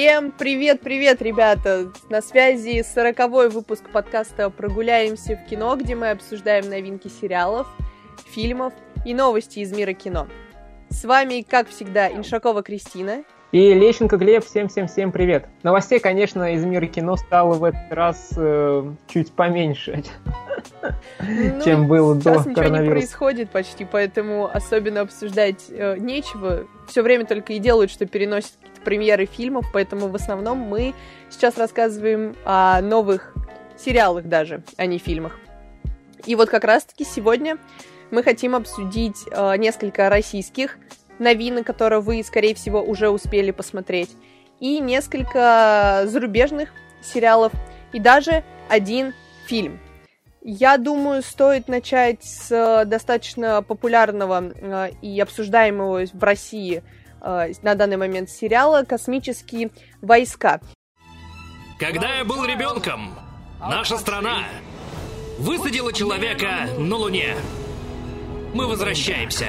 Всем привет-привет, ребята! На связи 40-й выпуск подкаста «Прогуляемся в кино», где мы обсуждаем новинки сериалов, фильмов и новости из мира кино. С вами, как всегда, Иншакова Кристина. И Лещенко Глеб. Всем привет. Новостей, конечно, из мира кино стало в этот раз чуть поменьше, чем было до коронавируса. Сейчас ничего не происходит почти, поэтому особенно обсуждать нечего. Все время только и делают, что переносят какие-то премьеры фильмов, поэтому в основном мы сейчас рассказываем о новых сериалах даже, а не фильмах. И вот как раз-таки сегодня мы хотим обсудить несколько российских новинок, которые вы, скорее всего, уже успели посмотреть, и несколько зарубежных сериалов, и даже один фильм. Я думаю, стоит начать с достаточно популярного и обсуждаемого в России на данный момент сериала «Космические войска». Когда я был ребенком, наша страна высадила человека на Луне. Мы возвращаемся.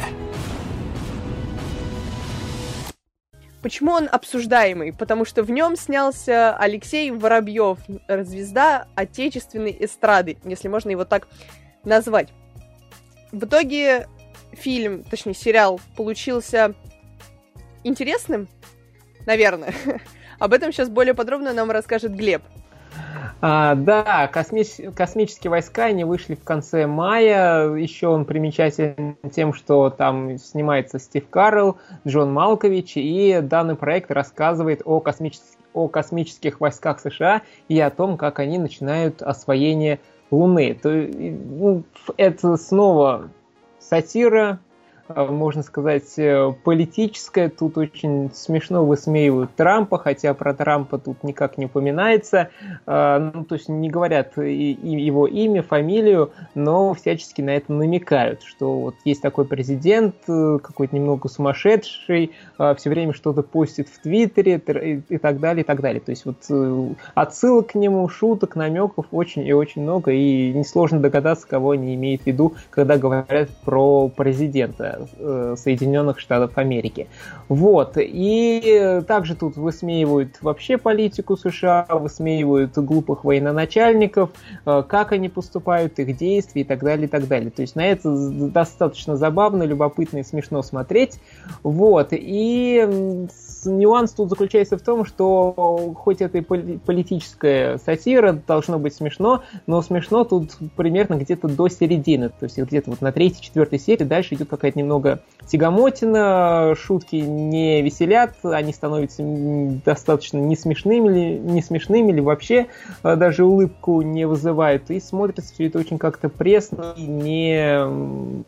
Почему он обсуждаемый? Потому что в нем снялся Алексей Воробьев, звезда отечественной эстрады, если можно его так назвать. В итоге фильм, точнее сериал, получился интересным, наверное. Об этом сейчас более подробно нам расскажет Глеб. Да, «Космические войска», они вышли в конце мая. Еще он примечателен тем, что там снимается Стив Карелл, Джон Малкович, и данный проект рассказывает о космических войсках США и о том, как они начинают освоение Луны. Это снова сатира, можно сказать, политическая. Тут очень смешно высмеивают Трампа, хотя про Трампа тут никак не упоминается. То есть не говорят его имя, фамилию, но всячески на это намекают, что вот есть такой президент, какой-то немного сумасшедший, все время что-то постит в Твиттере и так далее, и так далее. То есть вот отсылок к нему, шуток, намеков очень и очень много, и несложно догадаться, кого они имеют в виду, когда говорят про президента Соединенных Штатов Америки. Вот. И также тут высмеивают вообще политику США, высмеивают глупых военачальников, как они поступают, их действия и так далее, и так далее. То есть на это достаточно забавно, любопытно и смешно смотреть. Вот. И нюанс тут заключается в том, что хоть это и политическая сатира, должно быть смешно, но смешно тут примерно где-то до середины. То есть где-то вот на 3-4 серии дальше идет какая-то немного тягомотина, шутки не веселят, они становятся достаточно не смешными или вообще даже улыбку не вызывают, и смотрится все это очень как-то пресно и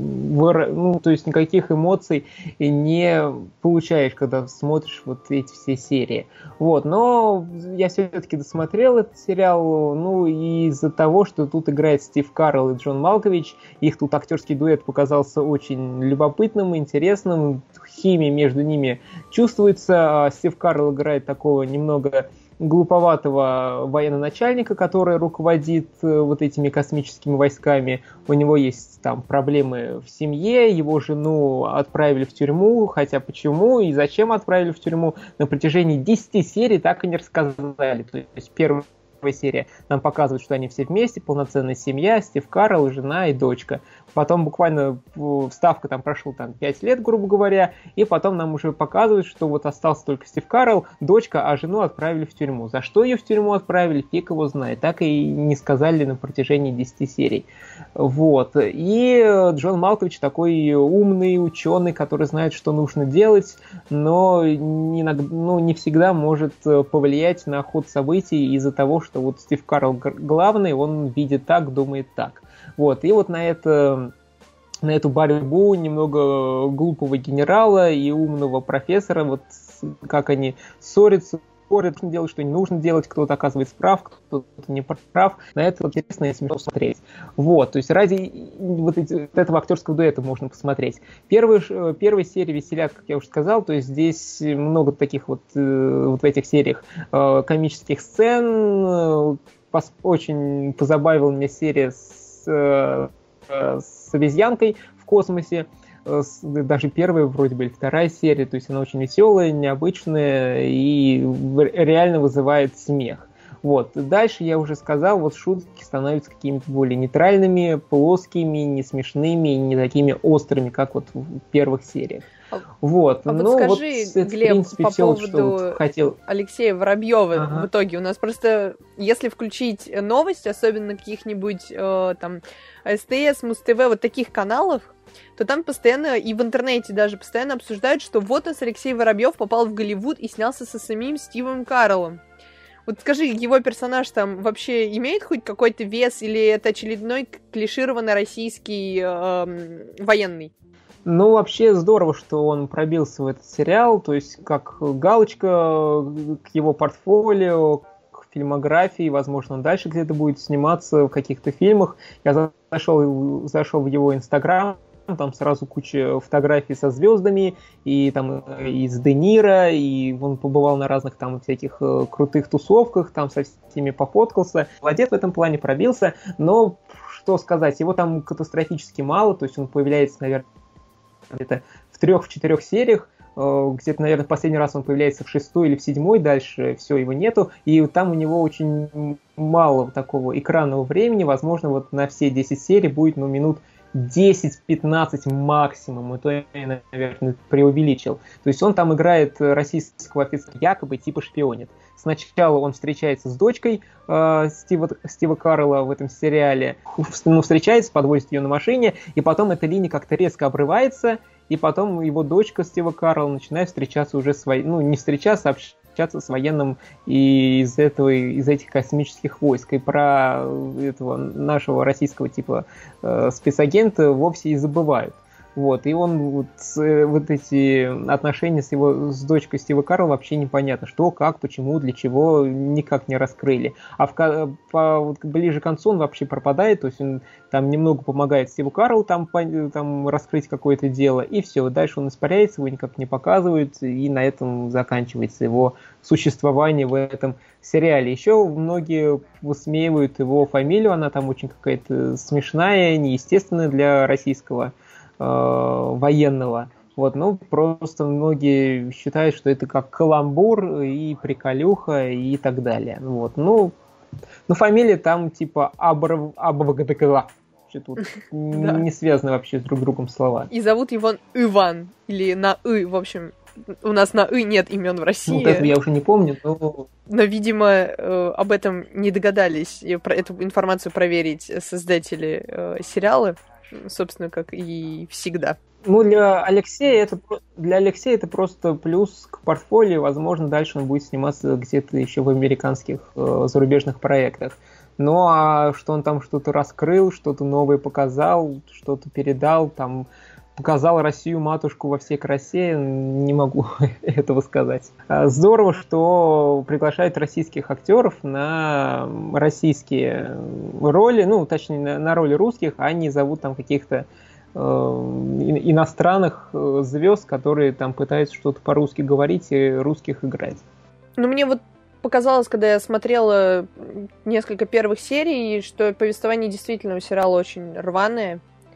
то есть никаких эмоций не получаешь, когда смотришь вот эти все серии. Вот, но я все-таки досмотрел этот сериал, и из-за того, что тут играет Стив Карелл и Джон Малкович, их тут актерский дуэт показался очень любопытным, интересным, химия между ними чувствуется. Стив Карелл играет такого немного глуповатого военачальника, который руководит вот этими космическими войсками. У него есть там проблемы в семье, его жену отправили в тюрьму, хотя почему и зачем отправили в тюрьму, на протяжении 10 серий так и не рассказали. То есть первая серия нам показывает, что они все вместе, полноценная семья, Стив Карелл, жена и дочка. Потом буквально вставка там прошло 5 лет, грубо говоря, и потом нам уже показывают, что вот остался только Стив Карелл, дочка, а жену отправили в тюрьму. За что ее в тюрьму отправили, фиг его знает. Так и не сказали на протяжении 10 серий. Вот. И Джон Малкович такой умный ученый, который знает, что нужно делать, но не всегда может повлиять на ход событий из-за того, что вот Стив Карелл главный, он видит так, думает так. Вот. И вот на эту борьбу немного глупого генерала и умного профессора, вот как они ссорятся, что делать, что не нужно делать, кто-то оказывается прав, кто-то не прав. На это интересно и смешно смотреть. Вот, то есть ради вот этого актерского дуэта можно посмотреть. Первые серии веселят, как я уже сказал, то есть здесь много таких вот в этих сериях комических сцен. Очень позабавила меня серия с обезьянкой в космосе. даже первая вроде бы, или вторая серия, то есть она очень веселая, необычная и реально вызывает смех. Вот. Дальше я уже сказал, вот шутки становятся какими-то более нейтральными, плоскими, не смешными, не такими острыми, как вот в первых сериях. Вот. А вот скажи, это, Глеб, в принципе, по все, поводу что вот хотел. Алексея Воробьева Ага. в итоге. У нас просто, если включить новости, особенно каких-нибудь там СТС, Муз-ТВ, вот таких каналов, то там постоянно, и в интернете даже постоянно обсуждают, что вот нас Алексей Воробьев попал в Голливуд и снялся со самим Стивом Кареллом. Вот скажи, его персонаж там вообще имеет хоть какой-то вес, или это очередной клишированный российский военный? Ну, вообще здорово, что он пробился в этот сериал, то есть как галочка к его портфолио, к фильмографии, возможно, он дальше где-то будет сниматься в каких-то фильмах. Я зашел в его Инстаграм, там сразу куча фотографий со звездами, и там из Де Ниро, и он побывал на разных там всяких крутых тусовках, там со всеми пофоткался. Молодец в этом плане, пробился, но что сказать, его там катастрофически мало, то есть он появляется, наверное, где-то в 3-4 сериях, где-то, наверное, в последний раз он появляется в 6-й или в 7-й, дальше все, его нету, и там у него очень мало такого экранного времени, возможно, вот на все 10 серий будет, минут 10-15 максимум, и то я, наверное, преувеличил. То есть он там играет российского офицера, якобы типа шпионит. Сначала он встречается с дочкой Стива Карелла в этом сериале, встречается, подвозит ее на машине, и потом эта линия как-то резко обрывается, и потом его дочка Стива Карелла начинает встречаться уже не встречаться, а общаться с военным из этих космических войск. И про этого нашего российского типа спецагента вовсе и забывают. Вот, и он вот эти отношения с дочкой Стива Карелла вообще непонятно, что, как, почему, для чего, никак не раскрыли. А ближе к концу он вообще пропадает, то есть он там немного помогает Стиву Кареллу там раскрыть какое-то дело, и все, дальше он испаряется, его никак не показывают, и на этом заканчивается его существование в этом сериале. Еще многие высмеивают его фамилию, она там очень какая-то смешная, неестественная для российского военного. Вот, просто многие считают, что это как каламбур и приколюха и так далее. Вот, фамилия там типа Абвгдкла. Тут не связаны вообще с друг другом слова. И зовут его Иван, или на «ы», в общем. У нас на «ы» нет имен в России. Вот это я уже не помню, но... Но, видимо, об этом не догадались эту информацию проверить создатели сериала, собственно, как и всегда. Для Алексея это просто плюс к портфолио. Возможно, дальше он будет сниматься где-то еще в американских зарубежных проектах. Ну, а что он там что-то раскрыл, что-то новое показал, что-то передал, там показал Россию-матушку во всей красе, не могу этого сказать. Здорово, что приглашают российских актеров на российские роли, точнее, на роли русских, а не зовут там каких-то иностранных звезд, которые там пытаются что-то по-русски говорить и русских играть. Мне вот показалось, когда я смотрела несколько первых серий, что повествование действительно у сериала очень рваное.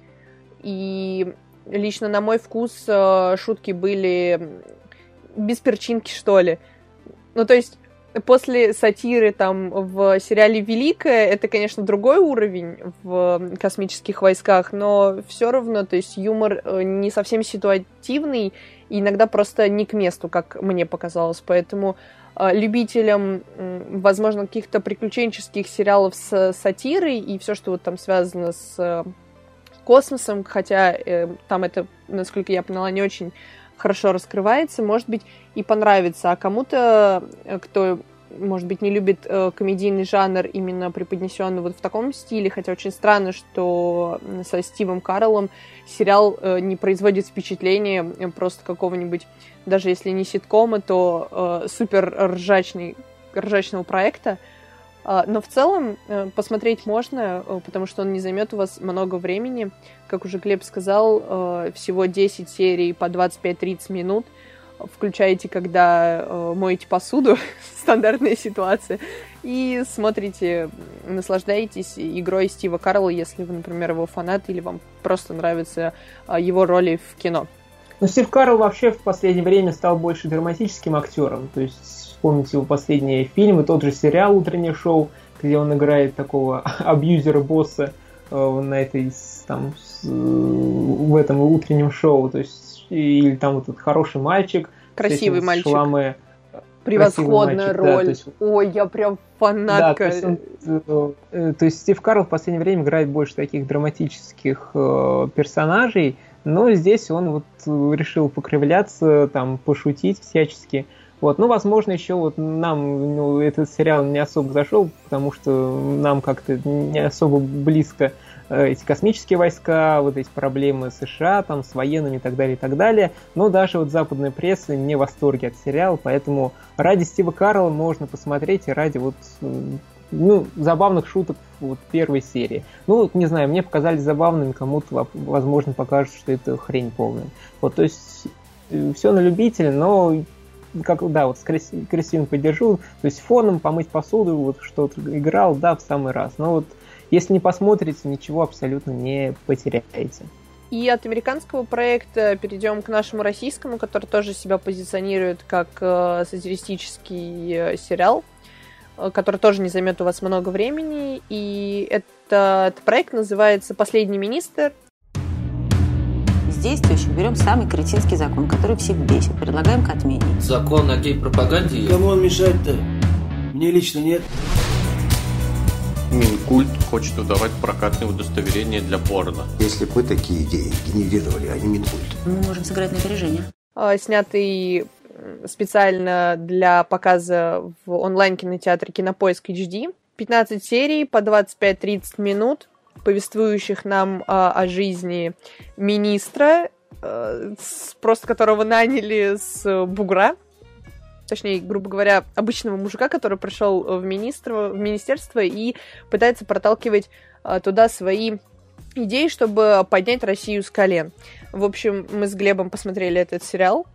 И лично на мой вкус шутки были без перчинки, что ли. То есть после сатиры там в сериале «Великая» это, конечно, другой уровень в «Космических войсках», но все равно, то есть юмор не совсем ситуативный и иногда просто не к месту, как мне показалось. Поэтому любителям, возможно, каких-то приключенческих сериалов с сатирой и все, что вот там связано с космосом, хотя там это, насколько я поняла, не очень хорошо раскрывается, может быть, и понравится. А кому-то, кто, может быть, не любит комедийный жанр, именно преподнесенный вот в таком стиле, хотя очень странно, что со Стивом Кареллом сериал не производит впечатление просто какого-нибудь, даже если не ситкома, то супер ржачного проекта. Но в целом посмотреть можно, потому что он не займет у вас много времени. Как уже Глеб сказал, всего 10 серий по 25-30 минут. Включаете, когда моете посуду, стандартная ситуация, и смотрите, наслаждаетесь игрой Стива Карелла, если вы, например, его фанат, или вам просто нравятся его роли в кино. Ну, Стив Карелл вообще в последнее время стал больше драматическим актером. То есть вспомните его последние фильмы, тот же сериал «Утреннее шоу», где он играет такого абьюзера-босса на этой, там, в этом утреннем шоу. То есть, или там вот этот «Хороший мальчик». Красивый мальчик. Шламе. Превосходная мальчик, роль. Да, есть, ой, я прям фанатка. Да, то есть Стив Карелл в последнее время играет больше таких драматических персонажей, но здесь он вот решил покривляться, там, пошутить всячески. Вот. Ну, возможно, еще вот нам этот сериал не особо зашел, потому что нам как-то не особо близко эти космические войска, вот эти проблемы США там, с военными и так далее, и так далее. Но даже вот западная пресса не в восторге от сериала, поэтому ради Стива Карелла можно посмотреть и ради вот забавных шуток вот первой серии. Ну, не знаю, мне показались забавными, кому-то, возможно, покажется, что это хрень полная. Вот, то есть все на любителя, но вот с Кристиной поддержу, то есть фоном помыть посуду, вот что-то играл, да, в самый раз. Но вот если не посмотрите, ничего абсолютно не потеряете. И от американского проекта перейдем к нашему российскому, который тоже себя позиционирует как сатиристический сериал, который тоже не займет у вас много времени. И этот проект называется «Последний министр». Из действующих берем самый кретинский закон, который всех бесит. Предлагаем к отмене. Закон о гей-пропаганде? Кому он мешает-то? Мне лично нет. Минкульт хочет выдавать прокатные удостоверения для порно. Если бы вы такие идеи генерировали, а не Минкульт. Мы можем сыграть на опережение. Снятый специально для показа в онлайн-кинотеатре «Кинопоиск HD». 15 серий по 25-30 минут, повествующих нам о жизни министра, просто которого наняли с бугра. Точнее, грубо говоря, обычного мужика, который пришел в министерство и пытается проталкивать туда свои идеи, чтобы поднять Россию с колен. В общем, мы с Глебом посмотрели этот сериал.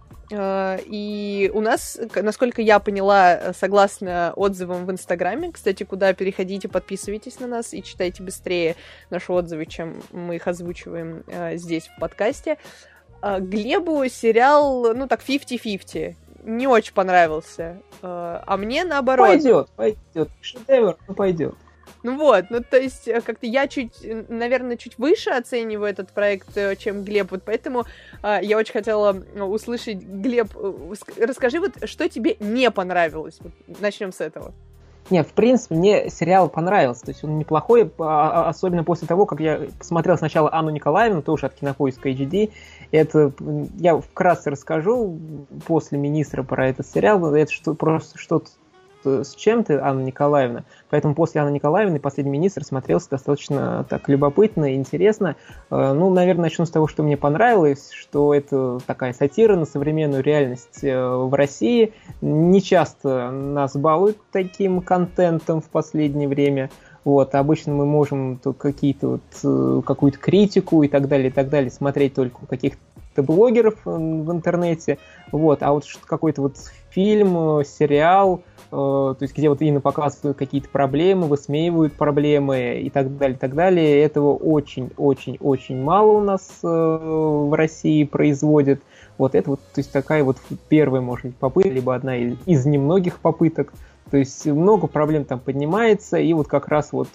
И у нас, насколько я поняла, согласно отзывам в Инстаграме, кстати, куда переходите, подписывайтесь на нас и читайте быстрее наши отзывы, чем мы их озвучиваем здесь в подкасте, Глебу сериал, так, 50-50. Не очень понравился. А мне наоборот. Пойдет. Шедевр, пойдет. То есть как-то я наверное, чуть выше оцениваю этот проект, чем Глеб, вот поэтому я очень хотела услышать, Глеб, расскажи, вот что тебе не понравилось, вот, начнем с этого. Нет, в принципе, мне сериал понравился, то есть он неплохой, особенно после того, как я посмотрел сначала Анну Николаевну, тоже от Кинопоиска HD. Это я вкратце расскажу после министра про этот сериал. Это просто что-то с чем-то, Анна Николаевна. Поэтому после Анны Николаевны «Последний министр» смотрелся достаточно так любопытно и интересно. Наверное, начну с того, что мне понравилось, что это такая сатира на современную реальность в России. Не часто нас балуют таким контентом в последнее время. Вот, обычно мы можем какую-то критику и так далее смотреть только у каких-то блогеров в интернете. Вот, а вот какой-то вот фильм, сериал, то есть где вот именно показывают какие-то проблемы, высмеивают проблемы и так далее. Этого очень-очень-очень мало у нас в России производят. Вот это вот, то есть такая вот первая, может быть, попытка, либо одна из немногих попыток. То есть много проблем там поднимается, и вот как раз вот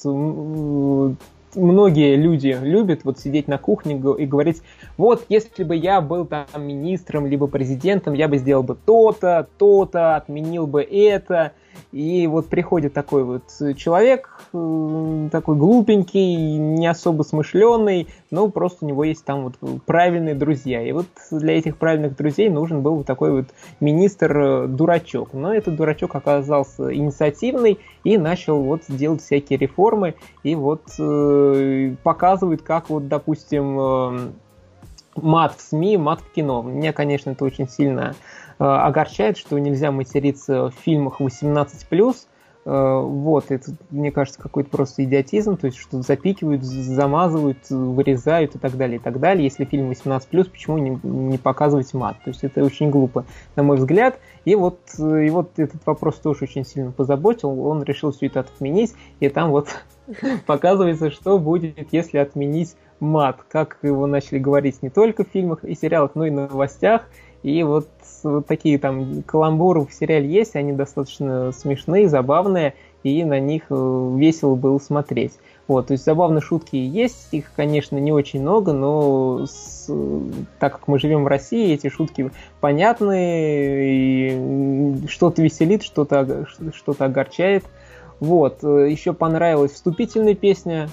многие люди любят вот сидеть на кухне и говорить, вот если бы я был там министром либо президентом, я бы сделал бы то-то, отменил бы это. И вот приходит такой вот человек, такой глупенький, не особо смышленый, но просто у него есть там вот правильные друзья. И вот для этих правильных друзей нужен был вот такой вот министр-дурачок. Но этот дурачок оказался инициативный и начал вот делать всякие реформы. И вот показывает, как вот, допустим, мат в СМИ, мат в кино. Меня, конечно, это очень сильно огорчает, что нельзя материться в фильмах 18+, Вот, это, мне кажется, какой-то просто идиотизм, то есть что-то запикивают, замазывают, вырезают и так далее, и так далее. Если фильм 18+, почему не показывать мат? То есть это очень глупо, на мой взгляд. И вот этот вопрос тоже очень сильно позаботил, он решил все это отменить, и там вот показывается, что будет, если отменить мат, как его начали говорить не только в фильмах и сериалах, но и на новостях. И вот такие там каламбуры в сериале есть, они достаточно смешные, забавные, и на них весело было смотреть. Вот, то есть забавные шутки есть, их, конечно, не очень много, но так как мы живем в России, эти шутки понятны, и что-то веселит, что-то огорчает. Вот, еще понравилась вступительная песня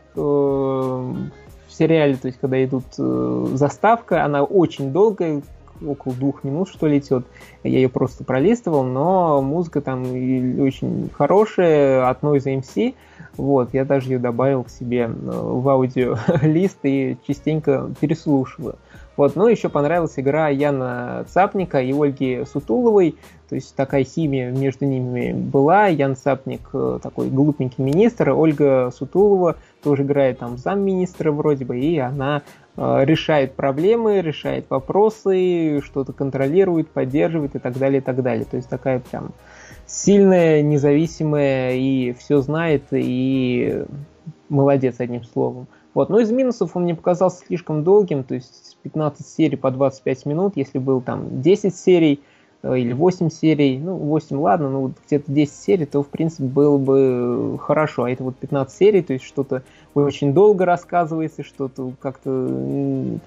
в сериале, то есть когда идут заставка, она очень долгая, около 2 минут, что ли, идет. Я ее просто пролистывал, но музыка там очень хорошая, от Noise MC. Вот, я даже ее добавил к себе в аудиолист и частенько переслушиваю. Вот, но еще понравилась игра Яна Цапника и Ольги Сутуловой. То есть такая химия между ними была. Ян Цапник такой глупенький министр, Ольга Сутулова тоже играет там замминистра вроде бы, и она решает проблемы, решает вопросы, что-то контролирует, поддерживает и так далее, и так далее. То есть такая прям сильная, независимая и все знает, и молодец, одним словом. Вот. Но из минусов он мне показался слишком долгим, то есть 15 серий по 25 минут, если был там 10 серий или 8 серий, ну 8 ладно, но где-то 10 серий, то в принципе было бы хорошо, а это вот 15 серий, то есть что-то очень долго рассказывается, что-то как-то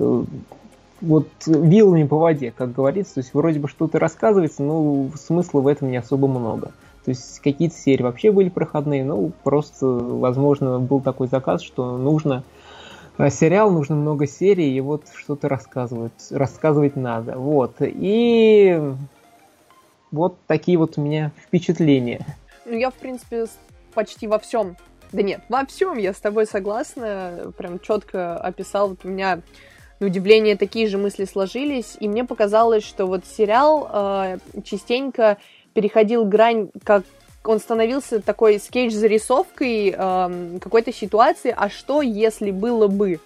вот вилами по воде, как говорится, то есть вроде бы что-то рассказывается, но смысла в этом не особо много. То есть какие-то серии вообще были проходные, но просто, возможно, был такой заказ, что нужно сериал, нужно много серий, и вот что-то рассказывать надо. Вот. И вот такие вот у меня впечатления. Ну, я, в принципе, почти во всем, да нет, во всем я с тобой согласна, прям четко описал, вот у меня на удивление такие же мысли сложились, и мне показалось, что вот сериал частенько переходил грань, как он становился такой скетч-зарисовкой какой-то ситуации, а что, если было бы?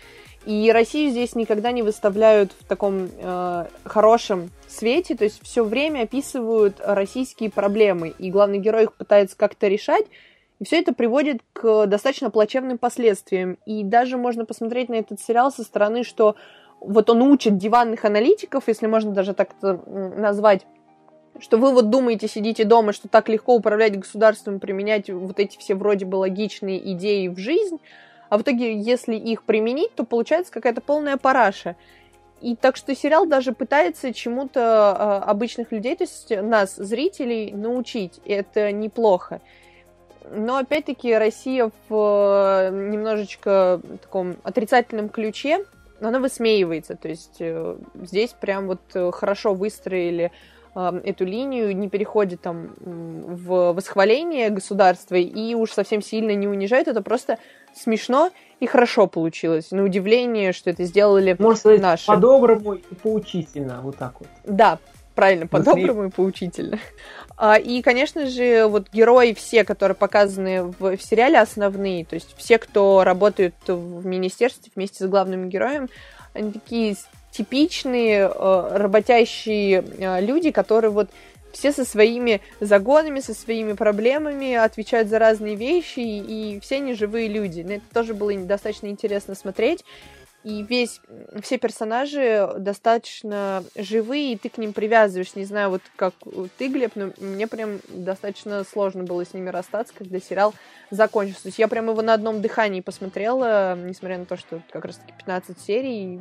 И Россию здесь никогда не выставляют в таком хорошем свете, то есть все время описывают российские проблемы, и главный герой их пытается как-то решать, и все это приводит к достаточно плачевным последствиям. И даже можно посмотреть на этот сериал со стороны, что вот он учит диванных аналитиков, если можно даже так это назвать, что вы вот думаете, сидите дома, что так легко управлять государством, применять вот эти все вроде бы логичные идеи в жизнь, а в итоге, если их применить, то получается какая-то полная параша. И так что сериал даже пытается чему-то обычных людей, то есть нас, зрителей, научить. И это неплохо. Но, опять-таки, Россия в немножечко таком отрицательном ключе, она высмеивается. То есть здесь прям вот хорошо выстроили эту линию, не переходит там в восхваление государства и уж совсем сильно не унижает. Это просто смешно и хорошо получилось. На удивление, что это сделали можно сказать, наши. По-доброму и поучительно, вот так вот. Да, правильно, по-доброму и поучительно. И, конечно же, вот герои все, которые показаны в сериале, основные, то есть все, кто работают в министерстве вместе с главным героем, они такие типичные работящие люди, которые вот все со своими загонами, со своими проблемами отвечают за разные вещи, и все они живые люди. На это тоже было достаточно интересно смотреть. И все персонажи достаточно живые, и ты к ним привязываешься. Не знаю, вот как ты, Глеб, но мне прям достаточно сложно было с ними расстаться, когда сериал закончился. То есть я прям его на одном дыхании посмотрела, несмотря на то, что как раз-таки 15 серий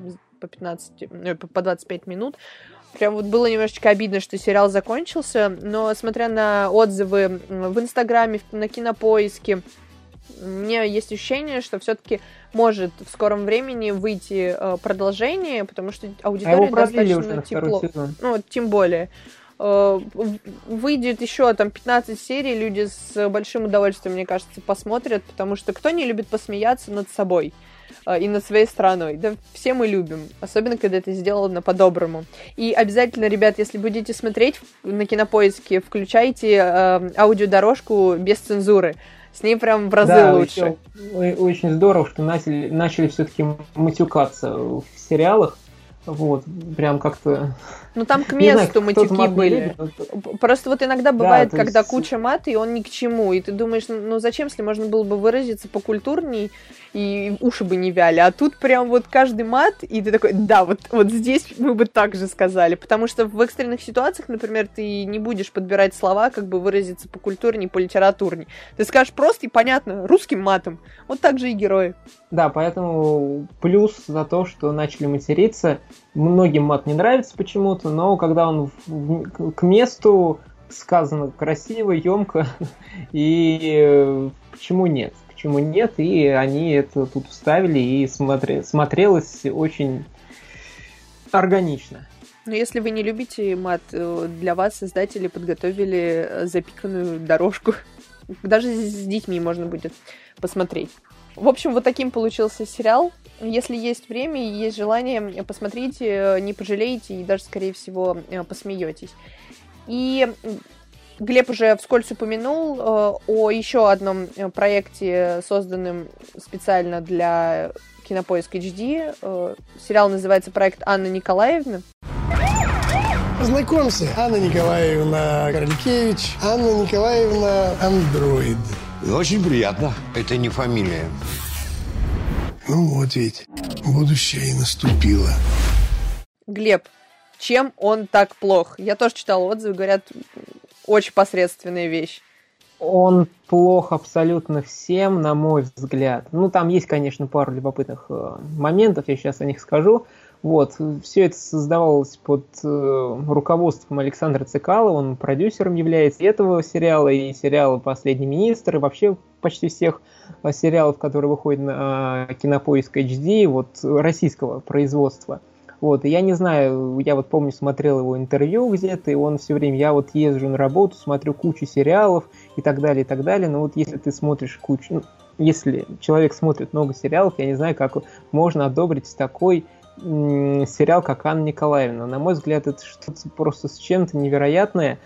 по 25 минут. Прям вот было немножечко обидно, что сериал закончился, но смотря на отзывы в Инстаграме, на Кинопоиске, у меня есть ощущение, что все-таки может в скором времени выйти продолжение, потому что аудитория достаточно тепло. Ну, тем более. выйдет еще там 15 серий, люди с большим удовольствием, мне кажется, посмотрят, потому что кто не любит посмеяться над собой и над своей страной? Да все мы любим, особенно когда это сделано по-доброму. И обязательно, ребят, если будете смотреть на Кинопоиске, включайте аудиодорожку без цензуры. С ней прям в разы лучше. Очень здорово, что начали все-таки матюкаться в сериалах. Вот, прям как-то... Ну, там к месту матюки были. Просто вот иногда бывает, когда куча мата, и он ни к чему. И ты думаешь, ну зачем, если можно было бы выразиться покультурней, и уши бы не вяли. А тут прям вот каждый мат, и ты такой, да, вот здесь мы бы так же сказали. Потому что в экстренных ситуациях, например, ты не будешь подбирать слова, как бы выразиться покультурней, политературней. Ты скажешь просто и понятно, русским матом. Вот так же и герои. Да, поэтому плюс за то, что начали материться. Многим мат не нравится почему-то, но когда он к месту сказано красиво, емко, и почему нет? Почему нет? И они это тут вставили, и смотрелось очень органично. Но если вы не любите мат, для вас создатели подготовили запиканную дорожку. Даже с детьми можно будет посмотреть. В общем, вот таким получился сериал. Если есть время и есть желание, посмотрите, не пожалеете и даже, скорее всего, посмеетесь. И Глеб уже вскользь упомянул о еще одном проекте, созданном специально для Кинопоиск HD. Сериал называется «Проект Анна Николаевна». Познакомься, Анна Николаевна Королькевич, Анна Николаевна Андроид. Очень приятно. Это не фамилия. Ну вот ведь, будущее и наступило. Глеб, чем он так плох? Я тоже читала отзывы, говорят, очень посредственная вещь. Он плох абсолютно всем, на мой взгляд. Ну, там есть, конечно, пару любопытных моментов, я сейчас о них скажу. Вот, все это создавалось под руководством Александра Цекала, он продюсером является этого сериала, и сериала «Последний министр», и вообще почти всех сериалов, которые выходят на Кинопоиск HD, вот, российского производства. Вот, и я не знаю, я вот помню, смотрел его интервью где-то, и он все время, я вот езжу на работу, смотрю кучу сериалов и так далее, но вот если ты смотришь кучу, если человек смотрит много сериалов, я не знаю, как можно одобрить такой сериал, как Анна Николаевна. На мой взгляд, это что-то просто с чем-то невероятное.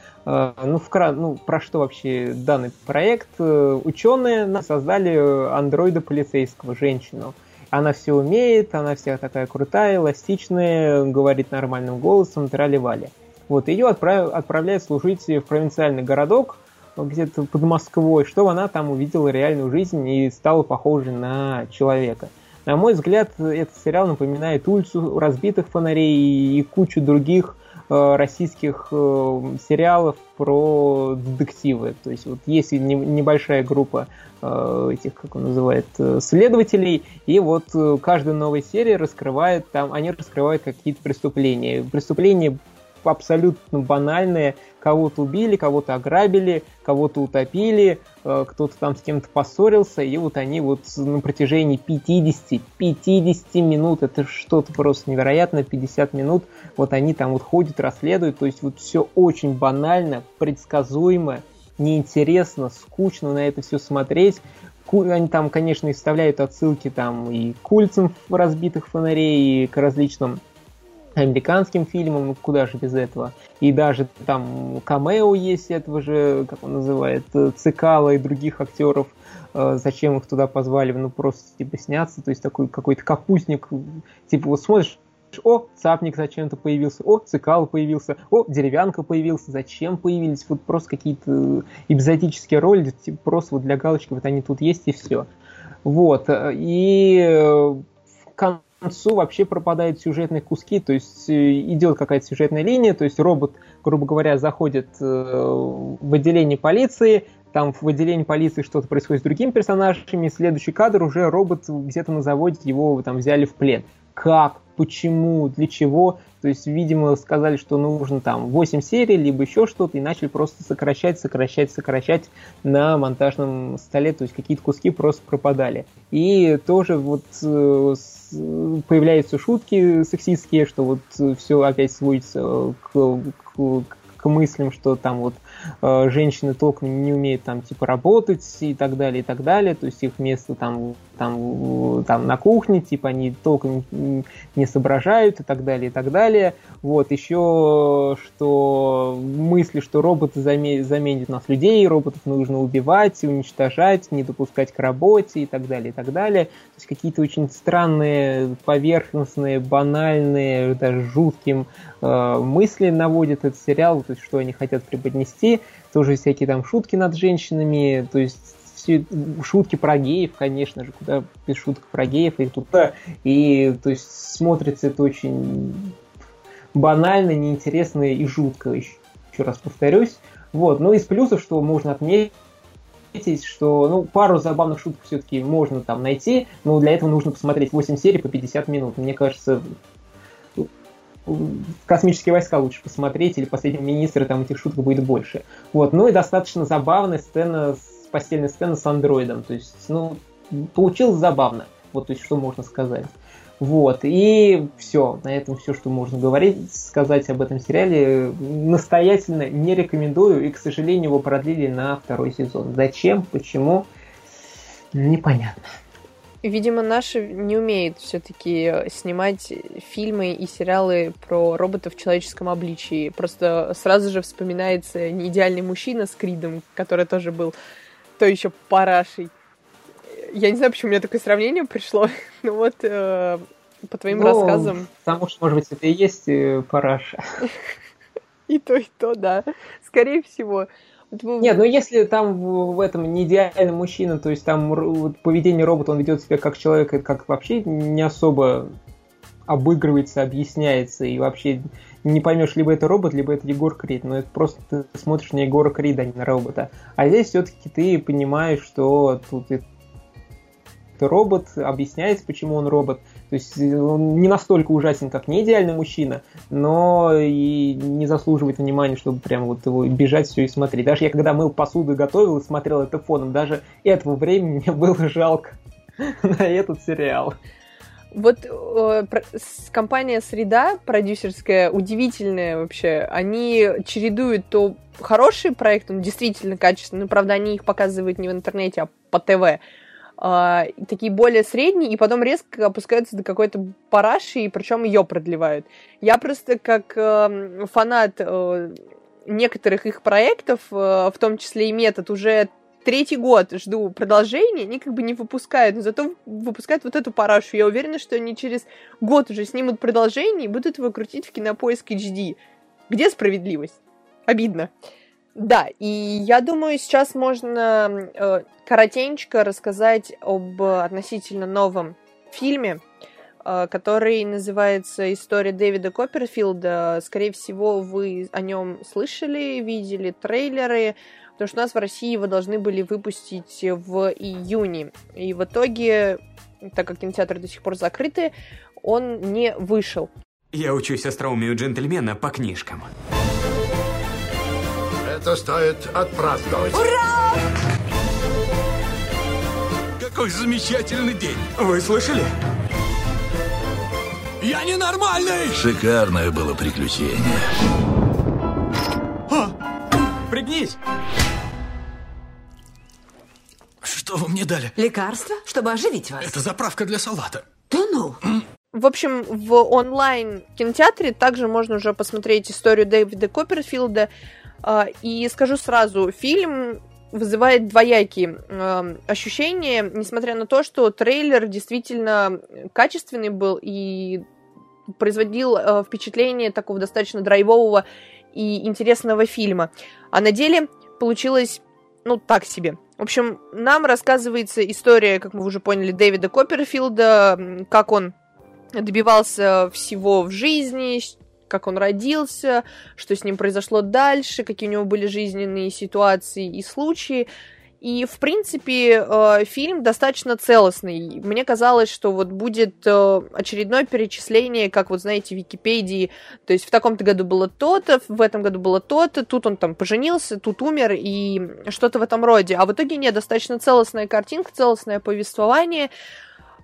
Про что вообще данный проект? Ученые создали андроида полицейского, женщину. Она все умеет, она вся такая крутая, эластичная, говорит нормальным голосом, трали-вали. Вот, ее отправляют служить в провинциальный городок, где-то под Москвой, чтобы она там увидела реальную жизнь и стала похожей на человека. На мой взгляд, этот сериал напоминает «Улицу разбитых фонарей» и кучу других российских сериалов про детективы. То есть вот есть небольшая группа этих, как он называет, следователей, и вот каждая новая серия они раскрывают какие-то преступления. Преступления абсолютно банальные. Кого-то убили, кого-то ограбили, кого-то утопили, кто-то там с кем-то поссорился, и вот они вот на протяжении 50 минут, это что-то просто невероятное, 50 минут, вот они там вот ходят, расследуют, то есть вот все очень банально, предсказуемо, неинтересно, скучно на это все смотреть. Они там, конечно, и вставляют отсылки там и к «Улицам разбитых фонарей», и к различным американским фильмам, ну куда же без этого. И даже там камео есть этого же, как он называет, Цекала и других актеров. Зачем их туда позвали? Ну просто типа сняться, то есть такой какой-то капустник. Типа вот смотришь, о, Цапник зачем-то появился, о, Цекало появился, о, Деревянко появился, зачем появились? Вот просто какие-то эпизодические роли, типа просто вот для галочки, вот они тут есть и все. Вот. И в концу вообще пропадают сюжетные куски, то есть идет какая-то сюжетная линия, то есть робот, грубо говоря, заходит в отделение полиции, там в отделении полиции что-то происходит с другими персонажами, следующий кадр уже робот где-то на заводе, его там взяли в плен. Как? Почему? Для чего? То есть, видимо, сказали, что нужно там 8 серий, либо еще что-то, и начали просто сокращать на монтажном столе, то есть какие-то куски просто пропадали. И тоже вот появляются шутки сексистские, что вот все опять сводится к к мыслям, что там вот женщины толком не умеют там типа работать и так далее, то есть их место там на кухне, типа они толком не соображают и так далее. Вот, еще что мысли, что роботы заменят нас людей, роботов нужно убивать, уничтожать, не допускать к работе и так далее. То есть какие-то очень странные, поверхностные, банальные, даже жутким мысли наводит этот сериал, то есть что они хотят преподнести, тоже всякие там шутки над женщинами, то есть все шутки про геев, конечно же, куда без шуток про геев и туда, и то есть смотрится это очень банально, неинтересно и жутко, еще раз повторюсь. Вот, но из плюсов, что можно отметить, что пару забавных шуток все-таки можно там найти, но для этого нужно посмотреть 8 серий по 50 минут. Мне кажется, «Космические войска» лучше посмотреть, или «Последнего министра», там этих шуток будет больше. Вот, и достаточно забавная постельная сцена с андроидом. То есть, получилось забавно. Вот, то есть, что можно сказать. Вот, и все. На этом все, что можно сказать об этом сериале. Настоятельно не рекомендую, и, к сожалению, его продлили на 2-й сезон. Зачем? Почему? Непонятно. Видимо, наши не умеет все-таки снимать фильмы и сериалы про роботов в человеческом обличии. Просто сразу же вспоминается «Неидеальный мужчина» с Кридом, который тоже был то еще парашей. Я не знаю, почему у меня такое сравнение пришло, но вот по твоим рассказам... Потому что, может быть, это и есть параша. И то, да. Скорее всего. Нет, если там в этом не идеальный мужчина, то есть там поведение робота, он ведет себя как человек, как вообще не особо обыгрывается, объясняется, и вообще не поймешь, либо это робот, либо это Егор Крид. Но это просто ты смотришь на Егора Крида, а не на робота. А здесь все-таки ты понимаешь, что тут это робот, объясняется, почему он робот. То есть он не настолько ужасен, как неидеальный мужчина, но и не заслуживает внимания, чтобы прям вот его бежать все и смотреть. Даже я когда мыл посуду и готовил и смотрел это фоном, даже этого времени мне было жалко на этот сериал. Вот компания «Среда», продюсерская, удивительная вообще. Они чередуют то хороший проект, он действительно качественный, но, правда, они их показывают не в интернете, а по ТВ. Такие более средние, и потом резко опускаются до какой-то параши, и причем ее продлевают. Я просто как фанат некоторых их проектов, в том числе и «Метод», уже 3-й год жду продолжения, они как бы не выпускают, но зато выпускают вот эту парашу. Я уверена, что они через год уже снимут продолжение и будут его крутить в Кинопоиск HD. Где справедливость? Обидно. Да, и я думаю, сейчас можно коротенько рассказать об относительно новом фильме, который называется «История Дэвида Копперфилда». Скорее всего, вы о нем слышали, видели трейлеры, потому что у нас в России его должны были выпустить в июне. И в итоге, так как кинотеатры до сих пор закрыты, он не вышел. Я учусь остроумию джентльмена по книжкам. Это стоит отпраздновать. Ура! Какой замечательный день. Вы слышали? Я ненормальный! Шикарное было приключение. Пригнись! Что вы мне дали? Лекарство, чтобы оживить вас. Это заправка для салата. Да ну! В общем, в онлайн-кинотеатре также можно уже посмотреть историю Дэвида Копперфилда. И скажу сразу, фильм вызывает двоякие ощущения, несмотря на то, что трейлер действительно качественный был и производил впечатление такого достаточно драйвового и интересного фильма. А на деле получилось, так себе. В общем, нам рассказывается история, как мы уже поняли, Дэвида Копперфилда, как он добивался всего в жизни, как он родился, что с ним произошло дальше, какие у него были жизненные ситуации и случаи. И, в принципе, фильм достаточно целостный. Мне казалось, что вот будет очередное перечисление, как вот, знаете, в Википедии, то есть в таком-то году было то-то, в этом году было то-то, тут он там поженился, тут умер и что-то в этом роде. А в итоге нет, достаточно целостная картинка, целостное повествование.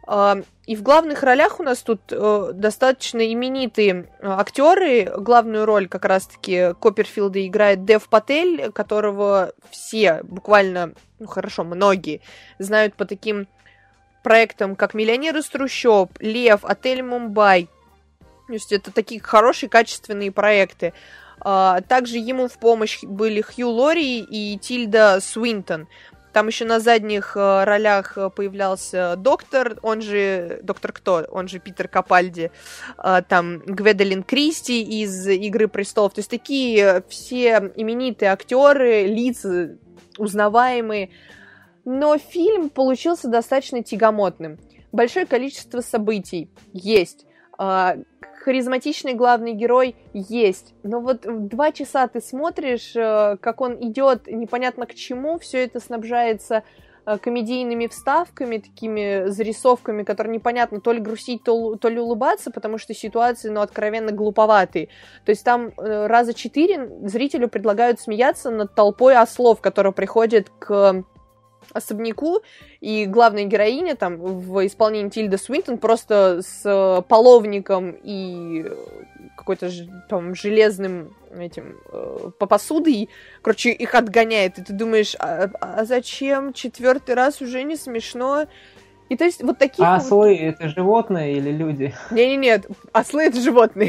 И в главных ролях у нас тут достаточно именитые актеры. Главную роль как раз-таки Копперфилда играет Дев Патель, которого все, буквально, многие знают по таким проектам, как «Миллионер из трущоб», «Лев», «Отель Мумбай». То есть это такие хорошие, качественные проекты. Также ему в помощь были Хью Лори и Тильда Суинтон. Там еще на задних ролях появлялся доктор, он же доктор Кто, он же Питер Капальди, там Гвендолин Кристи из «Игры престолов». То есть такие все именитые актеры, лица узнаваемые. Но фильм получился достаточно тягомотным. Большое количество событий есть. Харизматичный главный герой есть, но вот 2 часа ты смотришь, как он идет непонятно к чему, все это снабжается комедийными вставками, такими зарисовками, которые непонятно то ли грустить, то ли улыбаться, потому что ситуации, откровенно глуповатые. То есть там раза 4 зрителю предлагают смеяться над толпой ослов, которые приходят к особняку, и главная героиня там в исполнении Тильда Суинтон просто с половником и какой-то там железным этим посудой, короче, их отгоняет, и ты думаешь, а зачем 4-й раз уже не смешно? И то есть вот такие... А ослы это животные или люди? Нет, ослы это животные,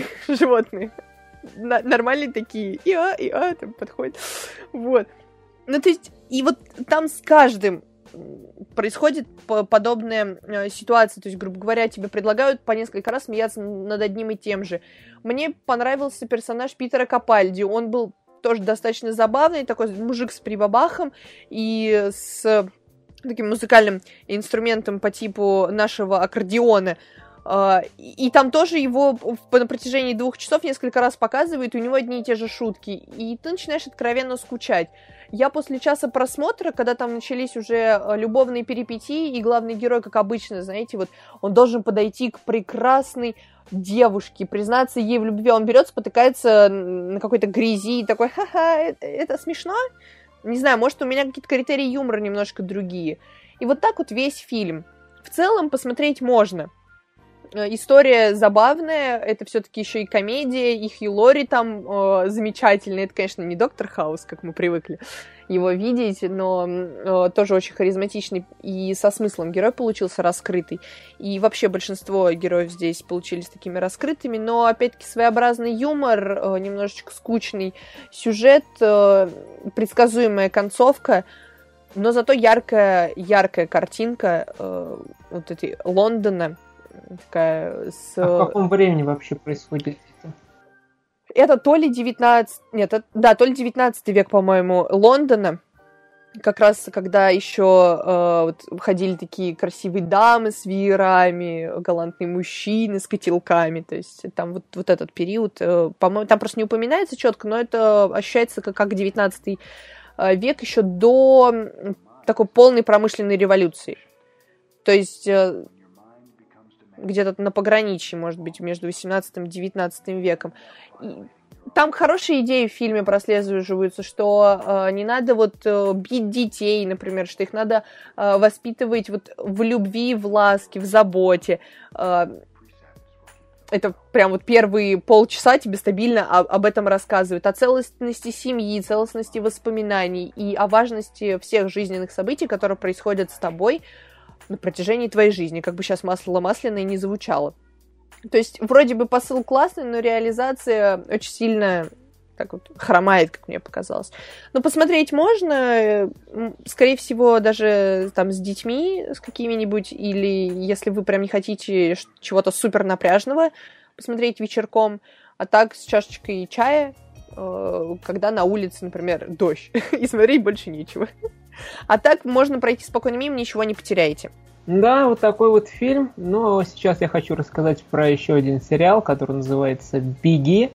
нормальные такие, там подходят, вот. Ну, то есть, и вот там с каждым происходит подобная ситуация. То есть, грубо говоря, тебе предлагают по несколько раз смеяться над одним и тем же. Мне понравился персонаж Питера Капальди. Он был тоже достаточно забавный, такой мужик с прибабахом и с таким музыкальным инструментом по типу нашего аккордеона. И там тоже его на протяжении 2 часов несколько раз показывают, и у него одни и те же шутки. И ты начинаешь откровенно скучать. Я после часа просмотра, когда там начались уже любовные перипетии, и главный герой, как обычно, знаете, вот он должен подойти к прекрасной девушке, признаться ей в любви. Он берет, спотыкается на какой-то грязи и такой, ха-ха, это смешно? Не знаю, может, у меня какие-то критерии юмора немножко другие. И вот так вот весь фильм. В целом посмотреть можно. История забавная, это все-таки еще и комедия, и Хью Лори там замечательный. Это, конечно, не Доктор Хаус, как мы привыкли его видеть, но тоже очень харизматичный и со смыслом герой получился раскрытый. И вообще большинство героев здесь получились такими раскрытыми, но, опять-таки, своеобразный юмор, немножечко скучный сюжет, предсказуемая концовка, но зато яркая картинка вот этой Лондона. Такая с... А в каком времени вообще происходит это? Это то ли 19 век, по-моему, Лондона. Как раз когда еще ходили такие красивые дамы с веерами, галантные мужчины с котелками. То есть там вот этот период, по-моему, там просто не упоминается четко, но это ощущается как 19 век еще до такой полной промышленной революции. То есть... где-то на пограничье, может быть, между 18 и 19 веком. И там хорошие идеи в фильме прослеживаются, что не надо бить детей, например, что их надо воспитывать в любви, в ласке, в заботе. Это прям первые полчаса тебе стабильно об этом рассказывают. О целостности семьи, целостности воспоминаний и о важности всех жизненных событий, которые происходят с тобой на протяжении твоей жизни, как бы сейчас масло масляное не звучало. То есть, вроде бы посыл классный, но реализация очень сильно так хромает, как мне показалось. Но посмотреть можно, скорее всего, даже там с детьми, с какими-нибудь, или если вы прям не хотите чего-то супер напряжного посмотреть вечерком, а так с чашечкой чая, когда на улице, например, дождь, и смотреть больше нечего. А так можно пройти спокойно мимо, ничего не потеряете. Да, вот такой вот фильм. Но сейчас я хочу рассказать про еще один сериал, который называется «Беги».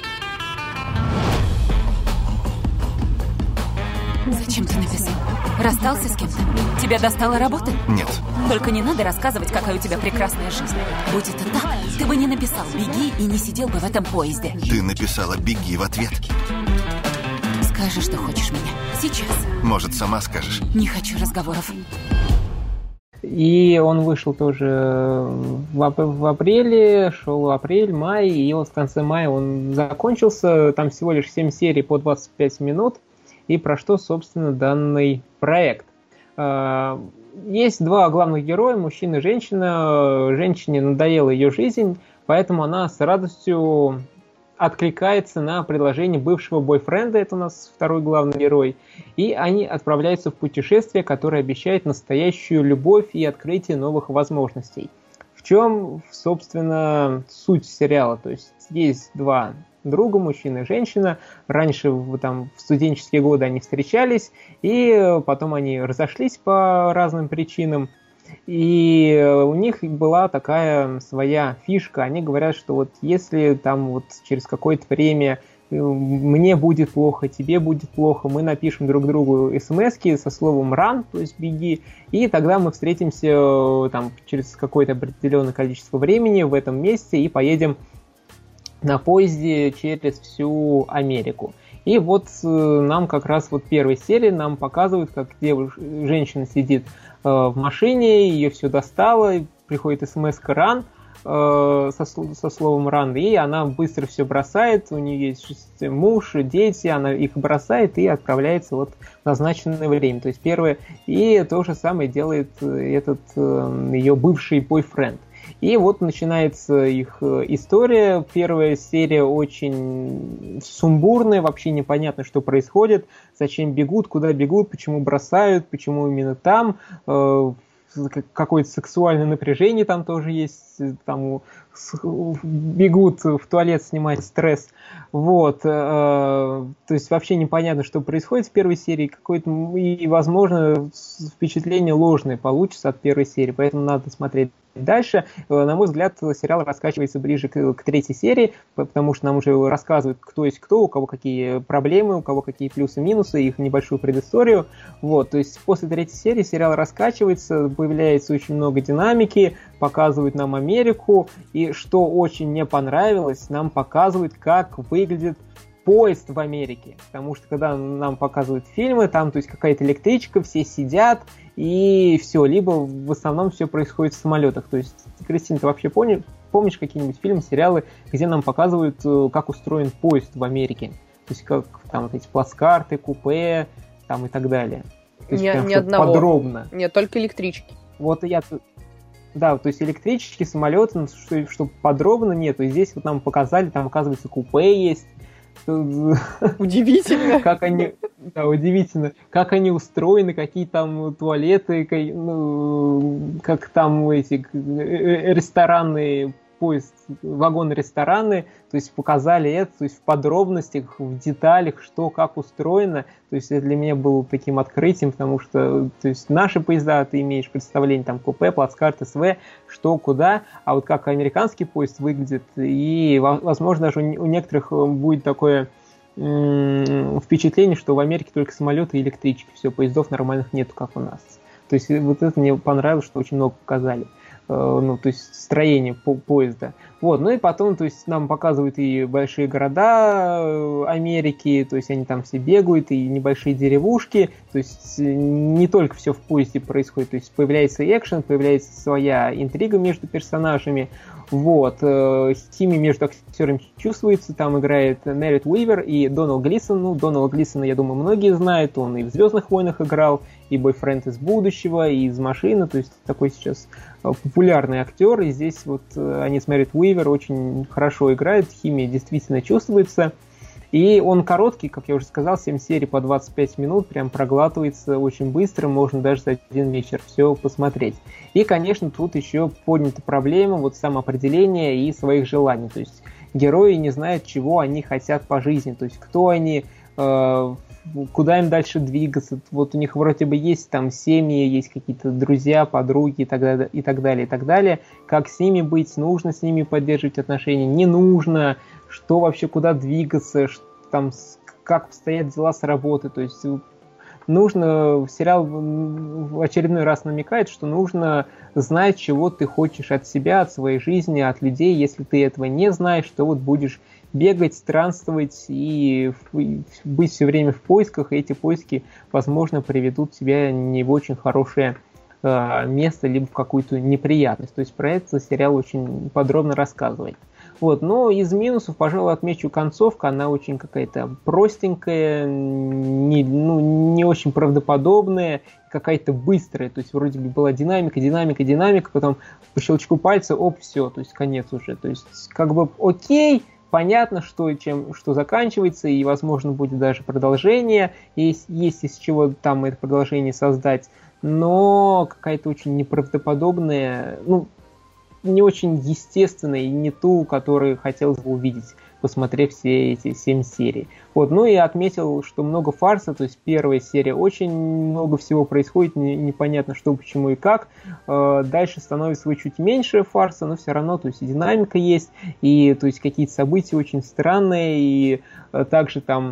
Зачем ты написал? Расстался с кем-то? Тебя достала работа? Нет. Только не надо рассказывать, какая у тебя прекрасная жизнь. Будь это так, ты бы не написал «Беги» и не сидел бы в этом поезде. Ты написала «Беги» в ответ. Скажи, что хочешь меня. Сейчас. Может, сама скажешь? Не хочу разговоров. И он вышел тоже в апреле, шел апрель, май, и вот в конце мая он закончился. Там всего лишь 7 серий по 25 минут. И про что, собственно, данный проект. Есть два главных героя, мужчина и женщина. Женщине надоела ее жизнь, поэтому она с радостью откликается на предложение бывшего бойфренда, это у нас второй главный герой, и они отправляются в путешествие, которое обещает настоящую любовь и открытие новых возможностей. В чем, собственно, суть сериала? То есть есть два друга, мужчина и женщина. Раньше в студенческие годы они встречались, и потом они разошлись по разным причинам. И у них была такая своя фишка. Они говорят, что вот если там вот через какое-то время мне будет плохо, тебе будет плохо, мы напишем друг другу смс-ки со словом run, то есть беги, и тогда мы встретимся там через какое-то определенное количество времени в этом месте и поедем на поезде через всю Америку. И вот нам как раз вот первой серии нам показывают, как женщина сидит в машине, ее все достало, приходит смс-ка «run», со словом «run», и она быстро все бросает, у нее есть муж, дети, она их бросает и отправляется вот в назначенное время. То есть первое, и то же самое делает этот ее бывший бойфренд. И вот начинается их история. Первая серия очень сумбурная, вообще непонятно, что происходит, зачем бегут, куда бегут, почему бросают, почему именно там. Какое-то сексуальное напряжение там тоже есть, там бегут в туалет снимать стресс. Вот. То есть вообще непонятно, что происходит в первой серии. Какое-то, и, возможно, впечатление ложное получится от первой серии, поэтому надо смотреть дальше. На мой взгляд, сериал раскачивается ближе к третьей серии, потому что нам уже рассказывают, кто есть кто, у кого какие проблемы, у кого какие плюсы-минусы, их небольшую предысторию. Вот, то есть после третьей серии сериал раскачивается, появляется очень много динамики, показывают нам Америку, и что очень мне понравилось, нам показывают, как выглядит поезд в Америке, потому что когда нам показывают фильмы, там, то есть какая-то электричка, все сидят, и все, либо в основном все происходит в самолетах. То есть, Кристина, ты вообще помнишь какие-нибудь фильмы, сериалы, где нам показывают, как устроен поезд в Америке? То есть, как там вот эти плацкарты, купе, там и так далее. То есть, ни одного. Подробно. Нет, только электрички. Вот я... Да, то есть электрички, самолеты, что подробно нет. То есть здесь вот нам показали, там, оказывается, купе есть. Удивительно. Удивительно. Как они устроены, какие там туалеты, как там эти ресторанные поезд, вагоны-рестораны, то есть показали это, то есть в подробностях, в деталях, что, как устроено. То есть это для меня было таким открытием, потому что, то есть наши поезда, ты имеешь представление, там, купе, плацкарт, СВ, что, куда, а вот как американский поезд выглядит, и, возможно, даже у некоторых будет такое впечатление, что в Америке только самолеты и электрички, все, поездов нормальных нету, как у нас. То есть вот это мне понравилось, что очень много показали. То есть строение поезда. Вот, ну и потом, то есть нам показывают и большие города Америки, то есть они там все бегают, и небольшие деревушки, то есть не только все в поезде происходит, то есть появляется экшен, появляется своя интрига между персонажами. Вот, химия между актерами чувствуется, там играет Мерит Уивер и Дональд Глисон. Ну, Дональда Глисона, я думаю, многие знают, он и в «Звездных войнах» играл, и «Бойфренд из будущего», и из «Машины», то есть такой сейчас популярный актер, и здесь вот они с Мерит Уивер очень хорошо играют, химия действительно чувствуется. И он короткий, как я уже сказал, 7 серий по 25 минут, прям проглатывается очень быстро, можно даже за один вечер все посмотреть. И, конечно, тут еще поднята проблема вот самоопределения и своих желаний. То есть герои не знают, чего они хотят по жизни, то есть кто они, куда им дальше двигаться. Вот у них вроде бы есть там семьи, есть какие-то друзья, подруги и так далее, и так далее, и так далее. Как с ними быть, нужно с ними поддерживать отношения, не нужно, что вообще, куда двигаться, там, как обстоят дела с работой. То есть нужно, сериал в очередной раз намекает, что нужно знать, чего ты хочешь от себя, от своей жизни, от людей. Если ты этого не знаешь, то вот будешь бегать, странствовать и быть все время в поисках, и эти поиски, возможно, приведут тебя не в очень хорошее место, либо в какую-то неприятность. То есть про этот сериал очень подробно рассказывает. Вот, но из минусов, пожалуй, отмечу концовку. Она очень какая-то простенькая, не очень правдоподобная, какая-то быстрая. То есть вроде бы была динамика, потом по щелчку пальца, все, то есть конец уже. То есть как бы окей, понятно, что заканчивается, и, возможно, будет даже продолжение, есть из чего там это продолжение создать, но какая-то очень неправдоподобная, не очень естественная и не ту, которую хотелось бы увидеть, посмотрев все эти 7 серий. Вот. Ну и отметил, что много фарса, то есть первая серия очень много всего происходит, непонятно что, почему и как. Дальше становится чуть меньше фарса, но все равно, то есть динамика есть, и то есть какие-то события очень странные, и также там,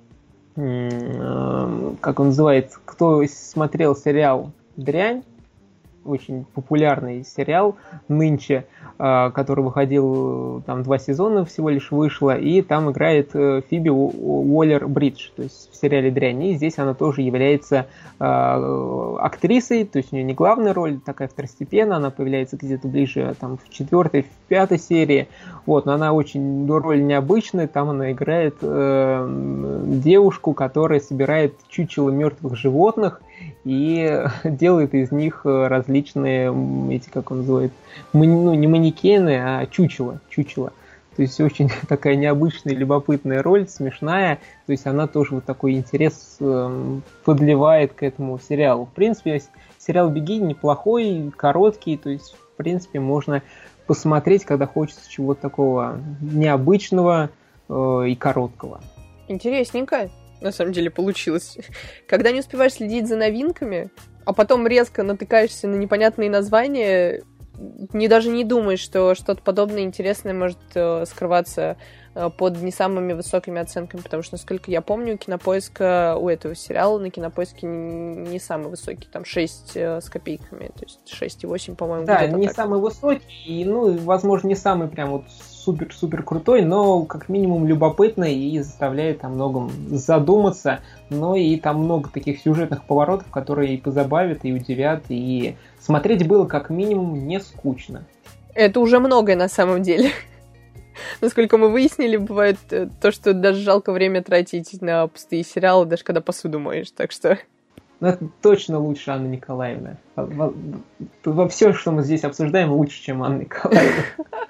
как он называется, кто смотрел сериал «Дрянь», очень популярный сериал нынче, который выходил, там 2 сезона всего лишь вышло, и там играет Фиби Уоллер-Бридж, то есть в сериале «Дрянь», и здесь она тоже является актрисой, то есть у нее не главная роль, такая второстепенная, она появляется где-то ближе там, в 4-й, в 5-й серии, вот, но она очень роль необычная, там она играет девушку, которая собирает чучело мертвых животных и делает из них различные, эти, как он называет, не манекены, а чучело. То есть очень такая необычная, любопытная роль, смешная. То есть она тоже вот такой интерес подливает к этому сериалу. В принципе, сериал «Беги» неплохой, короткий. То есть, в принципе, можно посмотреть, когда хочется чего-то такого необычного и короткого. Интересненько, на самом деле, получилось. Когда не успеваешь следить за новинками, а потом резко натыкаешься на непонятные названия, даже не думаешь, что что-то подобное интересное может скрываться под не самыми высокими оценками, потому что, насколько я помню, Кинопоиск у этого сериала на Кинопоиске не самый высокий, там 6 с копейками, то есть 6,8, по-моему. Да, не так. Самый высокий, и, возможно, не самый прям вот супер крутой, но как минимум любопытный и заставляет о многом задуматься, но и там много таких сюжетных поворотов, которые и позабавят, и удивят, и смотреть было как минимум не скучно. Это уже многое на самом деле. Насколько мы выяснили, бывает то, что даже жалко время тратить на пустые сериалы, даже когда посуду моешь, так что... Это точно лучше Анна Николаевна. Во все, что мы здесь обсуждаем, лучше, чем Анна Николаевна.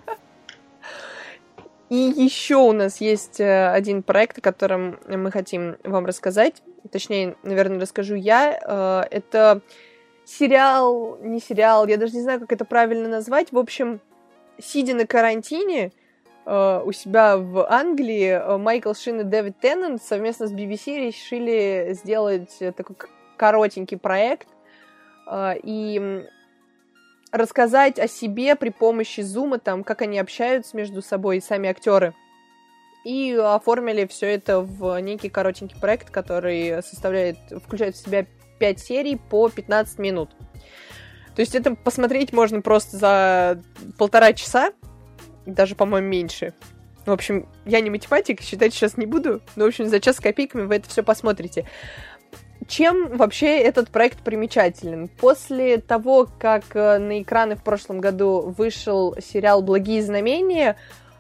И еще у нас есть один проект, о котором мы хотим вам рассказать. Точнее, наверное, расскажу я. Это сериал, не сериал, я даже не знаю, как это правильно назвать. В общем, сидя на карантине у себя в Англии, Майкл Шин и Дэвид Теннант совместно с BBC решили сделать такой коротенький проект и рассказать о себе при помощи зума, там, как они общаются между собой, сами актеры. И оформили все это в некий коротенький проект, который включает в себя 5 серий по 15 минут. То есть это посмотреть можно просто за 1,5 часа, даже, по-моему, меньше. В общем, я не математик, считать сейчас не буду, но, в общем, за час с копейками вы это все посмотрите. Чем вообще этот проект примечателен? После того, как на экраны в прошлом году вышел сериал «Благие знамения»,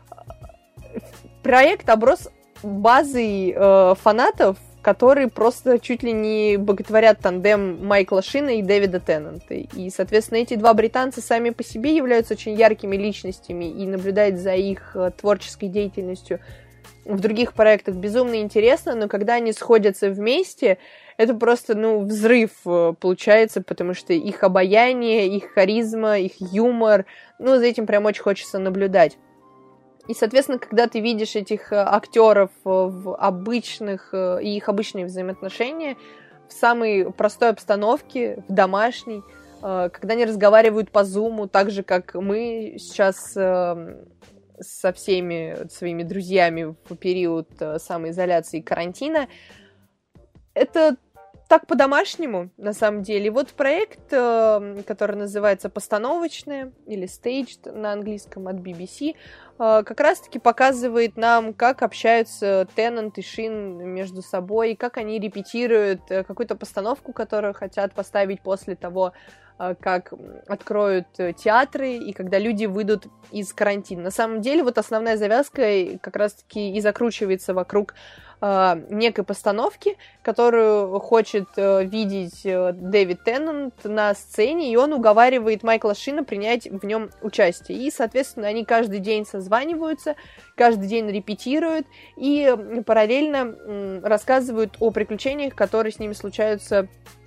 проект оброс базой фанатов, которые просто чуть ли не боготворят тандем Майкла Шина и Дэвида Теннанта. И, соответственно, эти два британца сами по себе являются очень яркими личностями, и наблюдать за их творческой деятельностью в других проектах безумно интересно, но когда они сходятся вместе, это просто, взрыв получается, потому что их обаяние, их харизма, их юмор, за этим прям очень хочется наблюдать. И, соответственно, когда ты видишь этих актеров в обычных и их обычные взаимоотношения в самой простой обстановке, в домашней, когда они разговаривают по зуму, так же, как мы сейчас со всеми своими друзьями в период самоизоляции и карантина, это так по-домашнему, на самом деле. И вот проект, который называется «Постановочное» или «Staged» на английском от BBC, как раз-таки показывает нам, как общаются Теннант и Шин между собой, как они репетируют какую-то постановку, которую хотят поставить после того, как откроют театры и когда люди выйдут из карантина. На самом деле, вот основная завязка как раз-таки и закручивается вокруг некой постановки, которую хочет видеть Дэвид Теннант на сцене, и он уговаривает Майкла Шина принять в нем участие. И, соответственно, они каждый день созваниваются, каждый день репетируют и параллельно рассказывают о приключениях, которые с ними случаются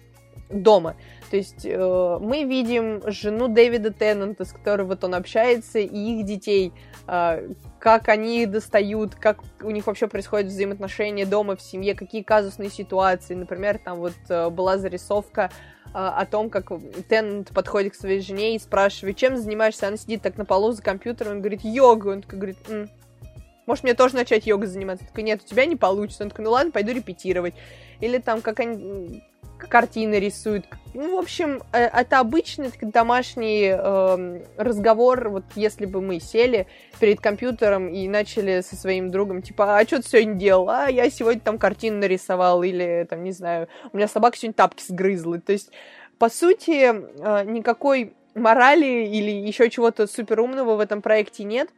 дома. То есть мы видим жену Дэвида Теннанта, с которой вот он общается, и их детей, как они достают, как у них вообще происходят взаимоотношения дома, в семье, какие казусные ситуации. Например, там вот была зарисовка о том, как Теннант подходит к своей жене и спрашивает, чем занимаешься? Она сидит так на полу за компьютером, он говорит, йога. Он такой говорит, может, мне тоже начать йогой заниматься? Он такой, нет, у тебя не получится. Он такой, ну ладно, пойду репетировать. Или там, как они картины рисуют. Ну, в общем, это обычный домашний разговор, вот если бы мы сели перед компьютером и начали со своим другом, типа, а что ты сегодня делал? А я сегодня там картину нарисовал, или, там, не знаю, у меня собака сегодня тапки сгрызла. То есть, по сути, никакой морали или еще чего-то суперумного в этом проекте нет,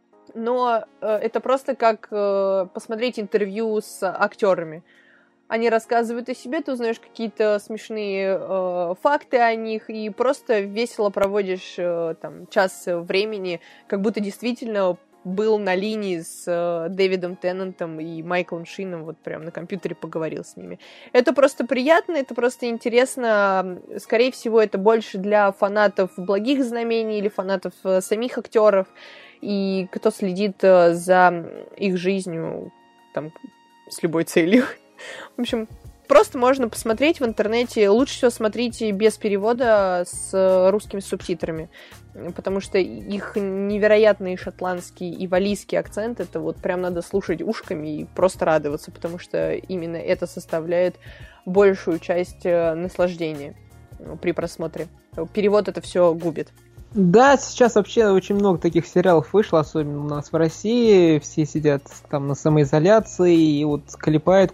но это просто как посмотреть интервью с актерами. Они рассказывают о себе, ты узнаешь какие-то смешные факты о них, и просто весело проводишь там, час времени, как будто действительно был на линии с Дэвидом Теннантом и Майклом Шином, вот прям на компьютере поговорил с ними. Это просто приятно, это просто интересно. Скорее всего, это больше для фанатов «Благих знамений» или фанатов самих актеров, и кто следит за их жизнью там, с любой целью. В общем, просто можно посмотреть в интернете. Лучше всего смотрите без перевода с русскими субтитрами, потому что их невероятный шотландский и валлийский акцент, это вот прям надо слушать ушками и просто радоваться, потому что именно это составляет большую часть наслаждения при просмотре. Перевод это все губит. Да, сейчас вообще очень много таких сериалов вышло, особенно у нас в России. Все сидят там на самоизоляции и вот клепают.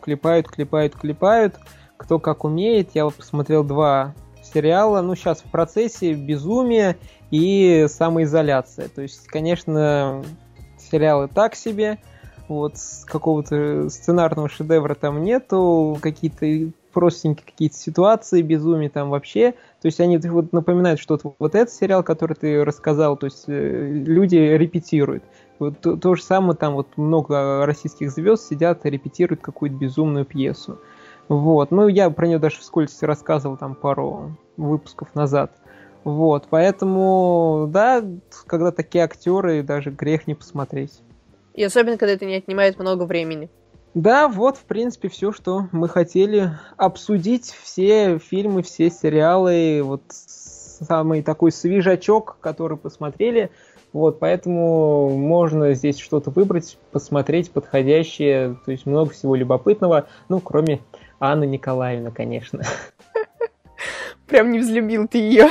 Кто как умеет. Я вот посмотрел 2 сериала. Ну, сейчас в процессе «Безумие» и «Самоизоляция». То есть, конечно, сериалы так себе. Вот какого-то сценарного шедевра там нету. Какие-то простенькие какие-то ситуации, безумие там вообще. То есть они вот напоминают, что вот этот сериал, который ты рассказал, то есть люди репетируют. Вот то же самое, там вот много российских звезд сидят и репетируют какую-то безумную пьесу. Вот. Ну, я про нее даже вскользь рассказывал там пару выпусков назад. Вот. Поэтому, да, когда такие актеры, даже грех не посмотреть. И особенно, когда это не отнимает много времени. Да, вот, в принципе, все, что мы хотели обсудить. Все фильмы, все сериалы, вот самый такой свежачок, который посмотрели. Вот, поэтому можно здесь что-то выбрать, посмотреть подходящее. То есть много всего любопытного, ну, кроме Анны Николаевны, конечно. Прям не взлюбил ты ее.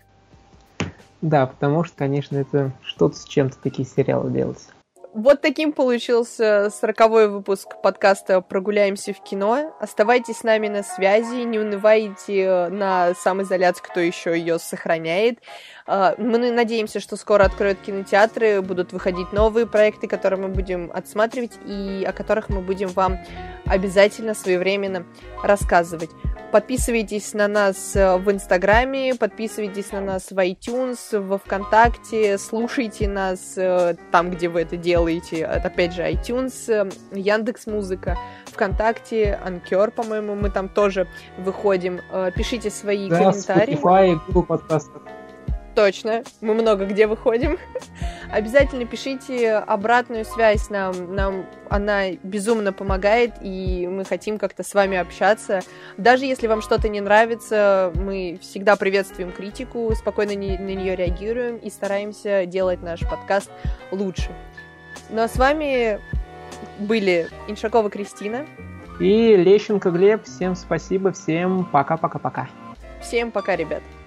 Да, потому что, конечно, это что-то с чем-то такие сериалы делать. Вот таким получился 40-й выпуск подкаста «Прогуляемся в кино». Оставайтесь с нами на связи, не унывайте на самоизоляции, кто еще ее сохраняет. Мы надеемся, что скоро откроют кинотеатры, будут выходить новые проекты, которые мы будем отсматривать и о которых мы будем вам обязательно своевременно рассказывать. Подписывайтесь на нас в Инстаграме, подписывайтесь на нас в iTunes, во Вконтакте, слушайте нас там, где вы это делаете. Опять же, iTunes, Яндекс.Музыка, ВКонтакте, Анкер, по-моему, мы там тоже выходим. Пишите свои комментарии. Spotify, Google подкастов. Точно, мы много где выходим. Обязательно пишите обратную связь нам она безумно помогает, и мы хотим как-то с вами общаться. Даже если вам что-то не нравится, мы всегда приветствуем критику, спокойно на нее реагируем и стараемся делать наш подкаст лучше. Ну а с вами были Иншакова Кристина и Лещенко Глеб. Всем спасибо, всем пока-пока-пока. Всем пока, ребят.